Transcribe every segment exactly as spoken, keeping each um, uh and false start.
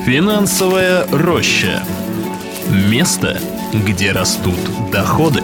Финансовая роща. Место, где растут доходы.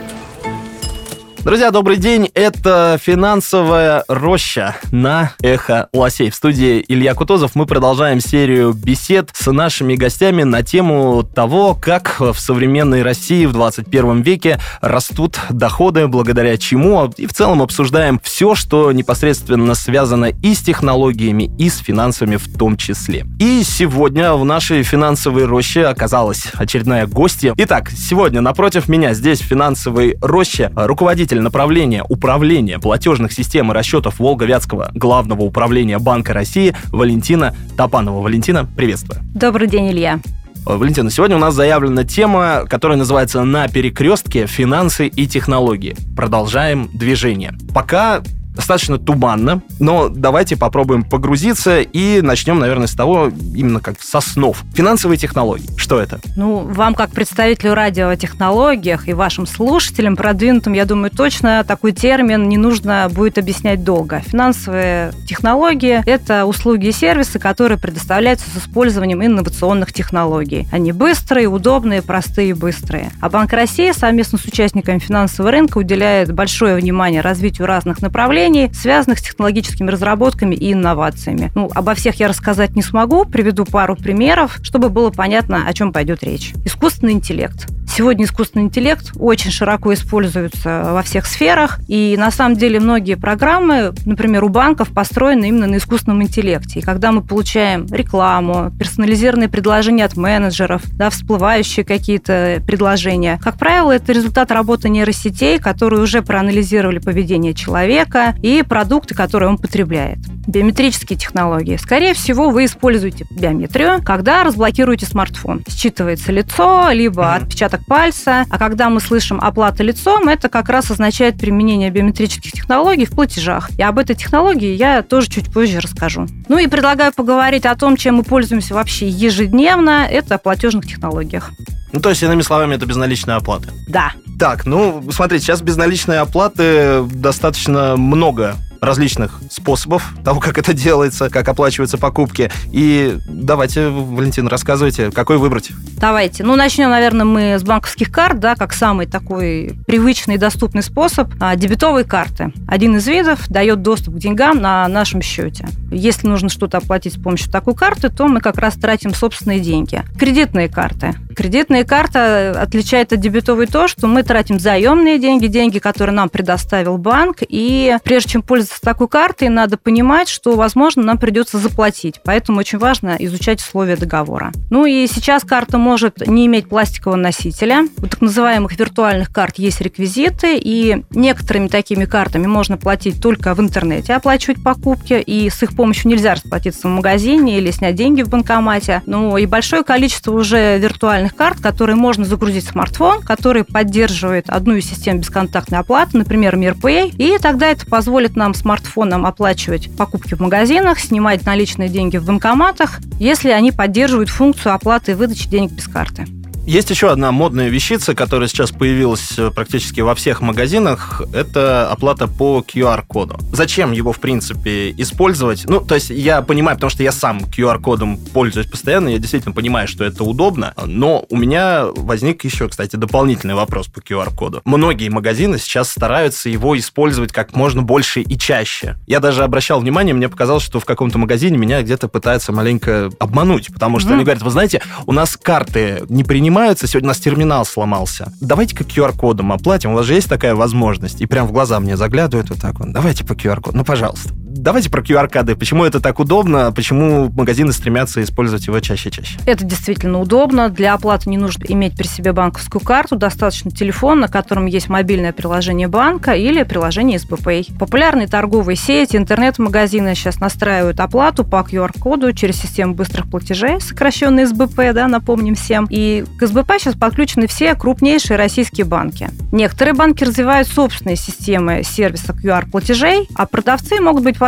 Друзья, добрый день. Это «Финансовая роща» на Эхо Лосей. В студии Илья Кутузов. Мы продолжаем серию бесед с нашими гостями на тему того, как в современной России в двадцать первом веке растут доходы, благодаря чему. И в целом обсуждаем все, что непосредственно связано и с технологиями, и с финансами в том числе. И сегодня в нашей «Финансовой роще» оказалась очередная гостья. Итак, сегодня напротив меня здесь в «Финансовой роще» руководитель направления управления платежных систем и расчетов Волго-Вятского главного управления Банка России Валентина Топанова. Валентина, приветствую. Добрый день, Илья. Валентина, сегодня у нас заявлена тема, которая называется «На перекрестке. Финансы и технологии». Продолжаем движение. Пока достаточно туманно, но давайте попробуем погрузиться и начнем, наверное, с того, именно как с основ. Финансовые технологии. Что это? Ну, вам, как представителю радио о технологиях и вашим слушателям, продвинутым, я думаю, точно такой термин не нужно будет объяснять долго. Финансовые технологии – это услуги и сервисы, которые предоставляются с использованием инновационных технологий. Они быстрые, удобные, простые и быстрые. А Банк России совместно с участниками финансового рынка уделяет большое внимание развитию разных направлений, связанных с технологическими разработками и инновациями. Ну, обо всех я рассказать не смогу, приведу пару примеров, чтобы было понятно, о чем пойдет речь. Искусственный интеллект. Сегодня искусственный интеллект очень широко используется во всех сферах, и на самом деле многие программы, например, у банков, построены именно на искусственном интеллекте. И когда мы получаем рекламу, персонализированные предложения от менеджеров, да, всплывающие какие-то предложения, как правило, это результат работы нейросетей, которые уже проанализировали поведение человека и продукты, которые он потребляет. Биометрические технологии. Скорее всего, вы используете биометрию, когда разблокируете смартфон. Считывается лицо, либо отпечаток пальца. А когда мы слышим «оплата лицом», это как раз означает применение биометрических технологий в платежах. И об этой технологии я тоже чуть позже расскажу. Ну и предлагаю поговорить о том, чем мы пользуемся вообще ежедневно. Это о платежных технологиях. Ну, то есть, иными словами, это безналичная оплата. Да. Так, ну, смотрите, сейчас безналичной оплаты достаточно много различных способов того, как это делается, как оплачиваются покупки. И давайте, Валентин, рассказывайте, какой выбрать. Давайте. Ну, начнем, наверное, мы с банковских карт, да, как самый такой привычный и доступный способ. А, дебетовые карты. Один из видов дает доступ к деньгам на нашем счете. Если нужно что-то оплатить с помощью такой карты, то мы как раз тратим собственные деньги. Кредитные карты. Кредитная карта отличает от дебетовой то, что мы тратим заемные деньги, деньги, которые нам предоставил банк, и прежде чем пользоваться такой картой, надо понимать, что, возможно, нам придется заплатить. Поэтому очень важно изучать условия договора. Ну и сейчас карта может не иметь пластикового носителя. У так называемых виртуальных карт есть реквизиты, и некоторыми такими картами можно платить только в интернете, оплачивать покупки, и с их помощью нельзя расплатиться в магазине или снять деньги в банкомате. Ну и большое количество уже виртуальных карт, которые можно загрузить в смартфон, который поддерживает одну из систем бесконтактной оплаты, например, Мирпэй, и тогда это позволит нам смартфоном оплачивать покупки в магазинах, снимать наличные деньги в банкоматах, если они поддерживают функцию оплаты и выдачи денег без карты. Есть еще одна модная вещица, которая сейчас появилась практически во всех магазинах. Это оплата по ку ар-коду. Зачем его, в принципе, использовать? Ну, то есть я понимаю, потому что я сам ку ар-кодом пользуюсь постоянно, я действительно понимаю, что это удобно, но у меня возник еще, кстати, дополнительный вопрос по ку ар-коду. Многие магазины сейчас стараются его использовать как можно больше и чаще. Я даже обращал внимание, мне показалось, что в каком-то магазине меня где-то пытаются маленько обмануть, потому что mm-hmm. они говорят, вы знаете, у нас карты не принимаются, сегодня у нас терминал сломался. Давайте-ка ку ар-кодом оплатим, у вас же есть такая возможность. И прям в глаза мне заглядывают вот так вот. Давайте по ку ар-коду, ну, пожалуйста. Давайте про ку ар-коды. Почему это так удобно? Почему магазины стремятся использовать его чаще и чаще? Это действительно удобно. Для оплаты не нужно иметь при себе банковскую карту. Достаточно телефон, на котором есть мобильное приложение банка или приложение эс бэ пэй. Популярные торговые сети, интернет-магазины сейчас настраивают оплату по ку ар-коду через систему быстрых платежей, сокращенно эс бэ пэ, да, напомним всем. И к эс бэ пэ сейчас подключены все крупнейшие российские банки. Некоторые банки развивают собственные системы сервиса ку ар-платежей, а продавцы могут быть в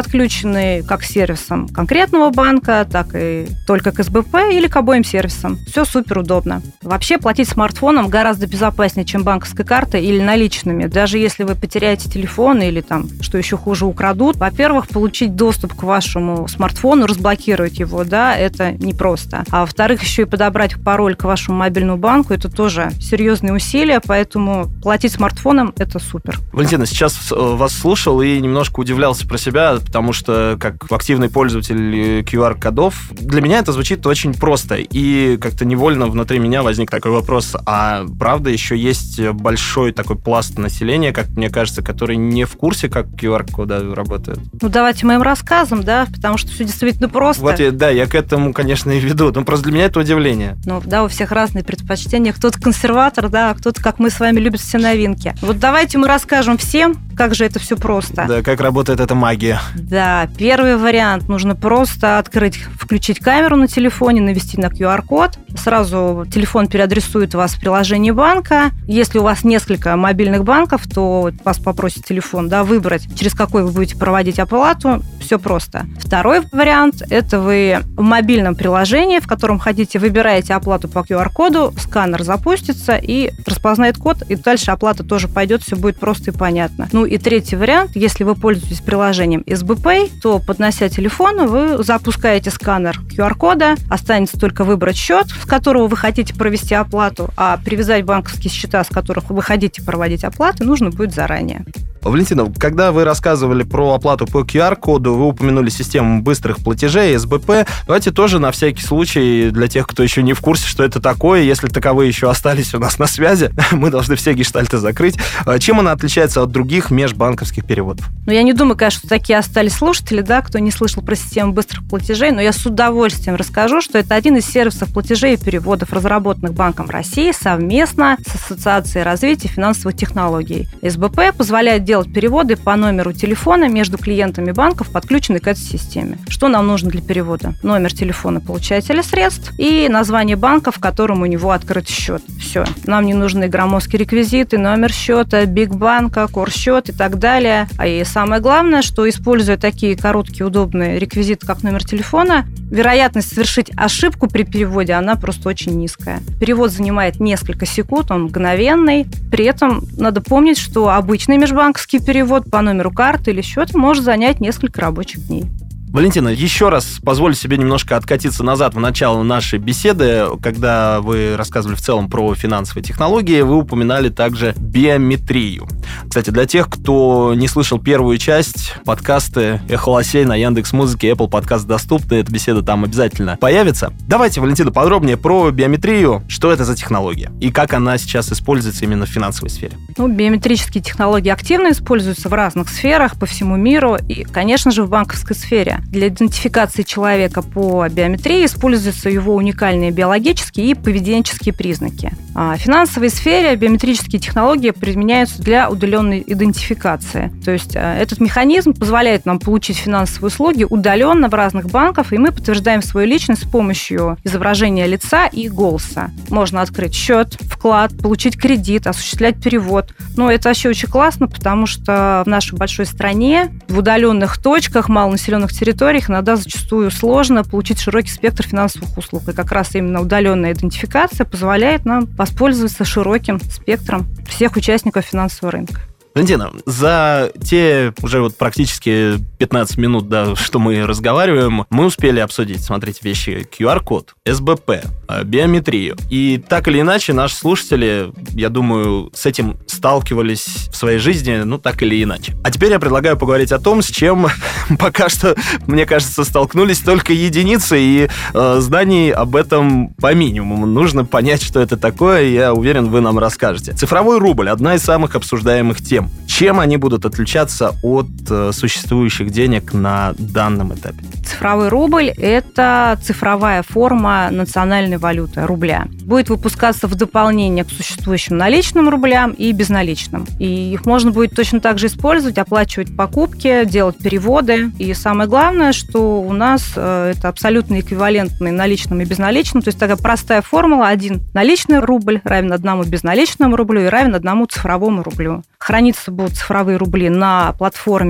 подключены как к сервисам конкретного банка, так и только к эс бэ пэ или к обоим сервисам. Все супер удобно. Вообще платить смартфоном гораздо безопаснее, чем банковской картой или наличными. Даже если вы потеряете телефон или там, что еще хуже, украдут. Во-первых, получить доступ к вашему смартфону, разблокировать его, да, это непросто. А во-вторых, еще и подобрать пароль к вашему мобильному банку, это тоже серьезные усилия, поэтому платить смартфоном – это супер. Валентина, сейчас вас слушал и немножко удивлялся про себя, потому что как активный пользователь ку ар-кодов, для меня это звучит очень просто. И как-то невольно внутри меня возник такой вопрос, а правда еще есть большой такой пласт населения, как мне кажется, который не в курсе, как ку ар-коды работают? Ну, давайте моим рассказам, да, потому что все действительно просто. Вот, я, да, я к этому, конечно, и веду. Но просто для меня это удивление. Ну, да, у всех разные предпочтения. Кто-то консерватор, да, а кто-то, как мы с вами, любит все новинки. Вот давайте мы расскажем всем, как же это все просто. Да, как работает эта магия. Да, первый вариант. Нужно просто открыть, включить камеру на телефоне, навести на ку ар-код. Сразу телефон переадресует вас в приложение банка. Если у вас несколько мобильных банков, то вас попросит телефон, да, выбрать, через какой вы будете проводить оплату. Все просто. Второй вариант – это вы в мобильном приложении, в котором хотите, выбираете оплату по ку ар-коду, сканер запустится и распознает код, и дальше оплата тоже пойдет, все будет просто и понятно. Ну и третий вариант, если вы пользуетесь приложением эс бэ пэ, то, поднося телефон, вы запускаете сканер ку ар-кода, останется только выбрать счет, с которого вы хотите провести оплату, а привязать банковские счета, с которых вы хотите проводить оплаты, нужно будет заранее. Валентина, когда вы рассказывали про оплату по ку ар-коду, вы упомянули систему быстрых платежей, эс бэ пэ. Давайте тоже на всякий случай, для тех, кто еще не в курсе, что это такое, если таковые еще остались у нас на связи, мы должны все гештальты закрыть. Чем она отличается от других межбанковских переводов? Ну, я не думаю, конечно, что такие остались слушатели, да, кто не слышал про систему быстрых платежей, но я с удовольствием расскажу, что это один из сервисов платежей и переводов, разработанных Банком России совместно с Ассоциацией развития финансовых технологий. эс бэ пэ позволяет делать делать переводы по номеру телефона между клиентами банков, подключенных к этой системе. Что нам нужно для перевода? Номер телефона получателя средств и название банка, в котором у него открыт счет. Все. Нам не нужны громоздкие реквизиты, номер счета, биг банка, корсчет и так далее. А и самое главное, что, используя такие короткие, удобные реквизиты, как номер телефона, вероятность совершить ошибку при переводе, она просто очень низкая. Перевод занимает несколько секунд, он мгновенный. При этом надо помнить, что обычный межбанковский перевод по номеру карты или счета может занять несколько рабочих дней. Валентина, еще раз позволю себе немножко откатиться назад в начало нашей беседы, когда вы рассказывали в целом про финансовые технологии, вы упоминали также биометрию. Кстати, для тех, кто не слышал первую часть, подкасты «Эхо Лосей» на Яндекс.Музыке, Apple Podcast доступны, эта беседа там обязательно появится. Давайте, Валентина, подробнее про биометрию, что это за технология и как она сейчас используется именно в финансовой сфере. Ну, биометрические технологии активно используются в разных сферах по всему миру и, конечно же, в банковской сфере. Для идентификации человека по биометрии используются его уникальные биологические и поведенческие признаки. В финансовой сфере биометрические технологии применяются для удаленной идентификации. То есть этот механизм позволяет нам получить финансовые услуги удаленно в разных банках, и мы подтверждаем свою личность с помощью изображения лица и голоса. Можно открыть счет, вклад, получить кредит, осуществлять перевод. Но это вообще очень классно, потому что в нашей большой стране, в удаленных точках, малонаселенных территориях, иногда зачастую сложно получить широкий спектр финансовых услуг. И как раз именно удаленная идентификация позволяет нам воспользоваться широким спектром всех участников финансового рынка. Валентина, за те уже вот практически пятнадцать минут, да, что мы разговариваем, мы успели обсудить, смотрите, вещи ку ар-код, эс бэ пэ, биометрию. И так или иначе наши слушатели, я думаю, с этим сталкивались в своей жизни, ну, так или иначе. А теперь я предлагаю поговорить о том, с чем пока что, мне кажется, столкнулись только единицы, и э, знаний об этом по минимуму. Нужно понять, что это такое, и я уверен, вы нам расскажете. Цифровой рубль – одна из самых обсуждаемых тем. Чем они будут отличаться от э, существующих денег на данном этапе? Цифровой рубль – это цифровая форма национальной валюты, рубля. Будет выпускаться в дополнение к существующим наличным рублям и безналичным. И их можно будет точно так же использовать, оплачивать покупки, делать переводы. И самое главное, что у нас э, это абсолютно эквивалентные наличным и безналичным. То есть такая простая формула: один наличный рубль равен одному безналичному рублю и равен одному цифровому рублю. Храниться будут цифровые рубли на платформе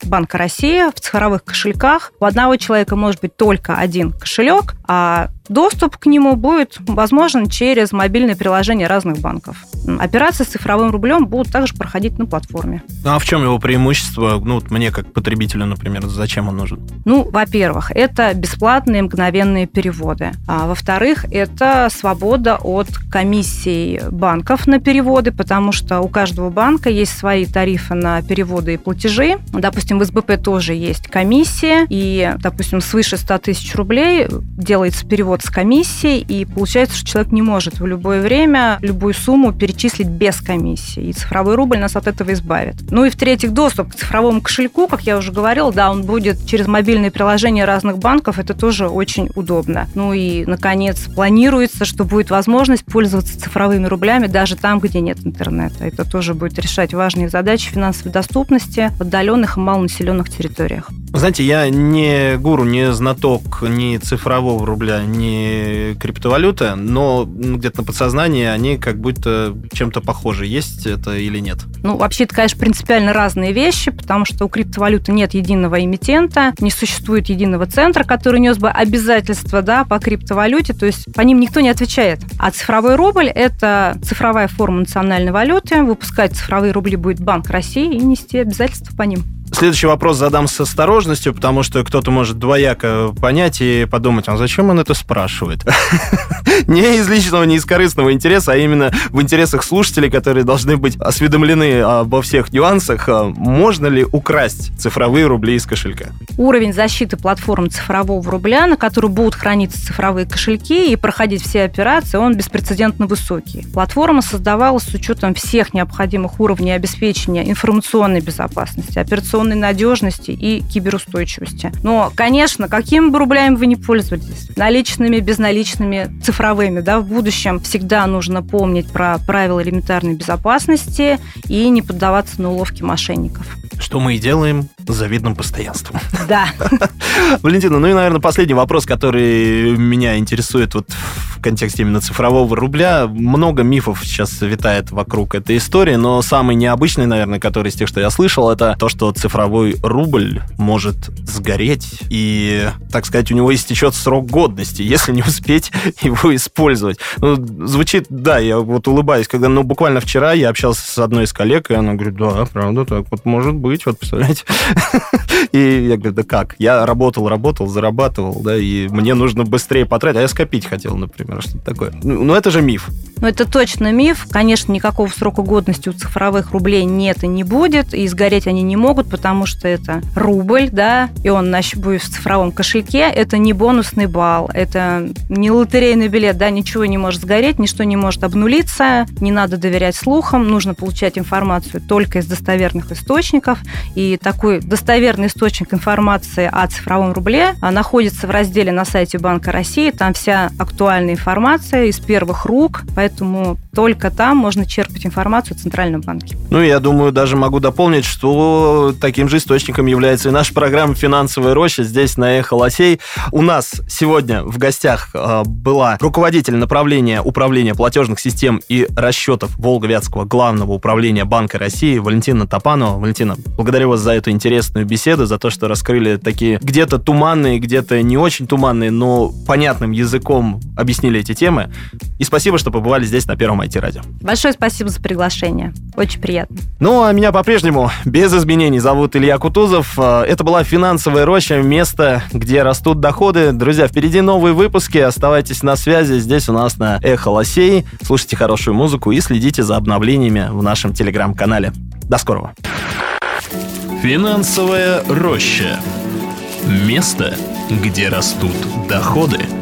Банка России в цифровых кошельках. У одного человека может быть только один кошелек, а доступ к нему будет возможен через мобильные приложения разных банков. Операции с цифровым рублем будут также проходить на платформе. А в чем его преимущество? Ну, вот мне как потребителю, например, зачем он нужен? Ну, во-первых, это бесплатные мгновенные переводы. А во-вторых, это свобода от комиссий банков на переводы, потому что у каждого банка есть свои тарифы на переводы и платежи. Допустим, в эс бэ пэ тоже есть комиссия, и, допустим, свыше ста тысяч рублей делается перевод с комиссией, и получается, что человек не может в любое время любую сумму перечислить без комиссии. И цифровой рубль нас от этого избавит. Ну и в-третьих, доступ к цифровому кошельку, как я уже говорила, да, он будет через мобильные приложения разных банков, это тоже очень удобно. Ну и, наконец, планируется, что будет возможность пользоваться цифровыми рублями даже там, где нет интернета. Это тоже будет решать важные задачи финансовой доступности в отдаленных и малонаселенных территориях. Знаете, я не гуру, не знаток ни цифрового рубля, ни криптовалюты, но где-то на подсознании они как будто чем-то похожи. Есть это или нет? Ну, вообще, это, конечно, принципиально разные вещи, потому что у криптовалюты нет единого эмитента, не существует единого центра, который нес бы обязательства, да, по криптовалюте, то есть по ним никто не отвечает. А цифровой рубль – это цифровая форма национальной валюты, выпускать цифровые рубли будет Банк России и нести обязательства по ним. Следующий вопрос задам с осторожностью, потому что кто-то может двояко понять и подумать, а зачем он это спрашивает? Не из личного, не из корыстного интереса, а именно в интересах слушателей, которые должны быть осведомлены обо всех нюансах. Можно ли украсть цифровые рубли из кошелька? Уровень защиты платформ цифрового рубля, на которой будут храниться цифровые кошельки и проходить все операции, он беспрецедентно высокий. Платформа создавалась с учетом всех необходимых уровней обеспечения информационной безопасности, операционной надежности и киберустойчивости. Но, конечно, какими бы рублями вы ни пользовались, наличными, безналичными, цифровыми, да, в будущем всегда нужно помнить про правила элементарной безопасности и не поддаваться на уловки мошенников. Что мы и делаем с завидным постоянством. Да. Валентина, ну и, наверное, последний вопрос, который меня интересует вот в контексте именно цифрового рубля. Много мифов сейчас витает вокруг этой истории, но самый необычный, наверное, который из тех, что я слышал, это то, что цифровой рубль может сгореть, и, так сказать, у него истечет срок годности, если не успеть его использовать. Ну, звучит, да, я вот улыбаюсь, когда, ну, буквально вчера я общался с одной из коллег, и она говорит, да, правда, так вот может быть, вот, представляете. И я говорю, да как? Я работал, работал, зарабатывал, да, и мне нужно быстрее потратить, а я скопить хотел, например, что-то такое. Ну, это же миф. Ну, это точно миф. Конечно, никакого срока годности у цифровых рублей нет и не будет, и сгореть они не могут, потому что это рубль, да, и он будет в цифровом кошельке. Это не бонусный балл, это не лотерейный билет, да, ничего не может сгореть, ничто не может обнулиться, не надо доверять слухам, нужно получать информацию только из достоверных источников, и такой достоверный источник информации о цифровом рубле находится в разделе на сайте Банка России, там вся актуальная информация из первых рук, поэтому только там можно черпать информацию о Центральном банке. Ну, я думаю, даже могу дополнить, что таким же источником является и наша программа «Финансовая роща» здесь, на Эхо Лосей. У нас сегодня в гостях была руководитель направления управления платежных систем и расчетов Волго-Вятского главного управления Банка России Валентина Топанова. Валентина, благодарю вас за эту интересную беседу, за то, что раскрыли такие где-то туманные, где-то не очень туманные, но понятным языком объяснили эти темы. И спасибо, что побывали здесь на Первом ай ти-радио. Большое спасибо за приглашение. Очень приятно. Ну, а меня по-прежнему без изменений зовут Илья Кутузов. Это была «Финансовая роща», место, где растут доходы. Друзья, впереди новые выпуски. Оставайтесь на связи здесь у нас на Эхо Лосей. Слушайте хорошую музыку и следите за обновлениями в нашем телеграм-канале. До скорого. «Финансовая роща». Место, где растут доходы.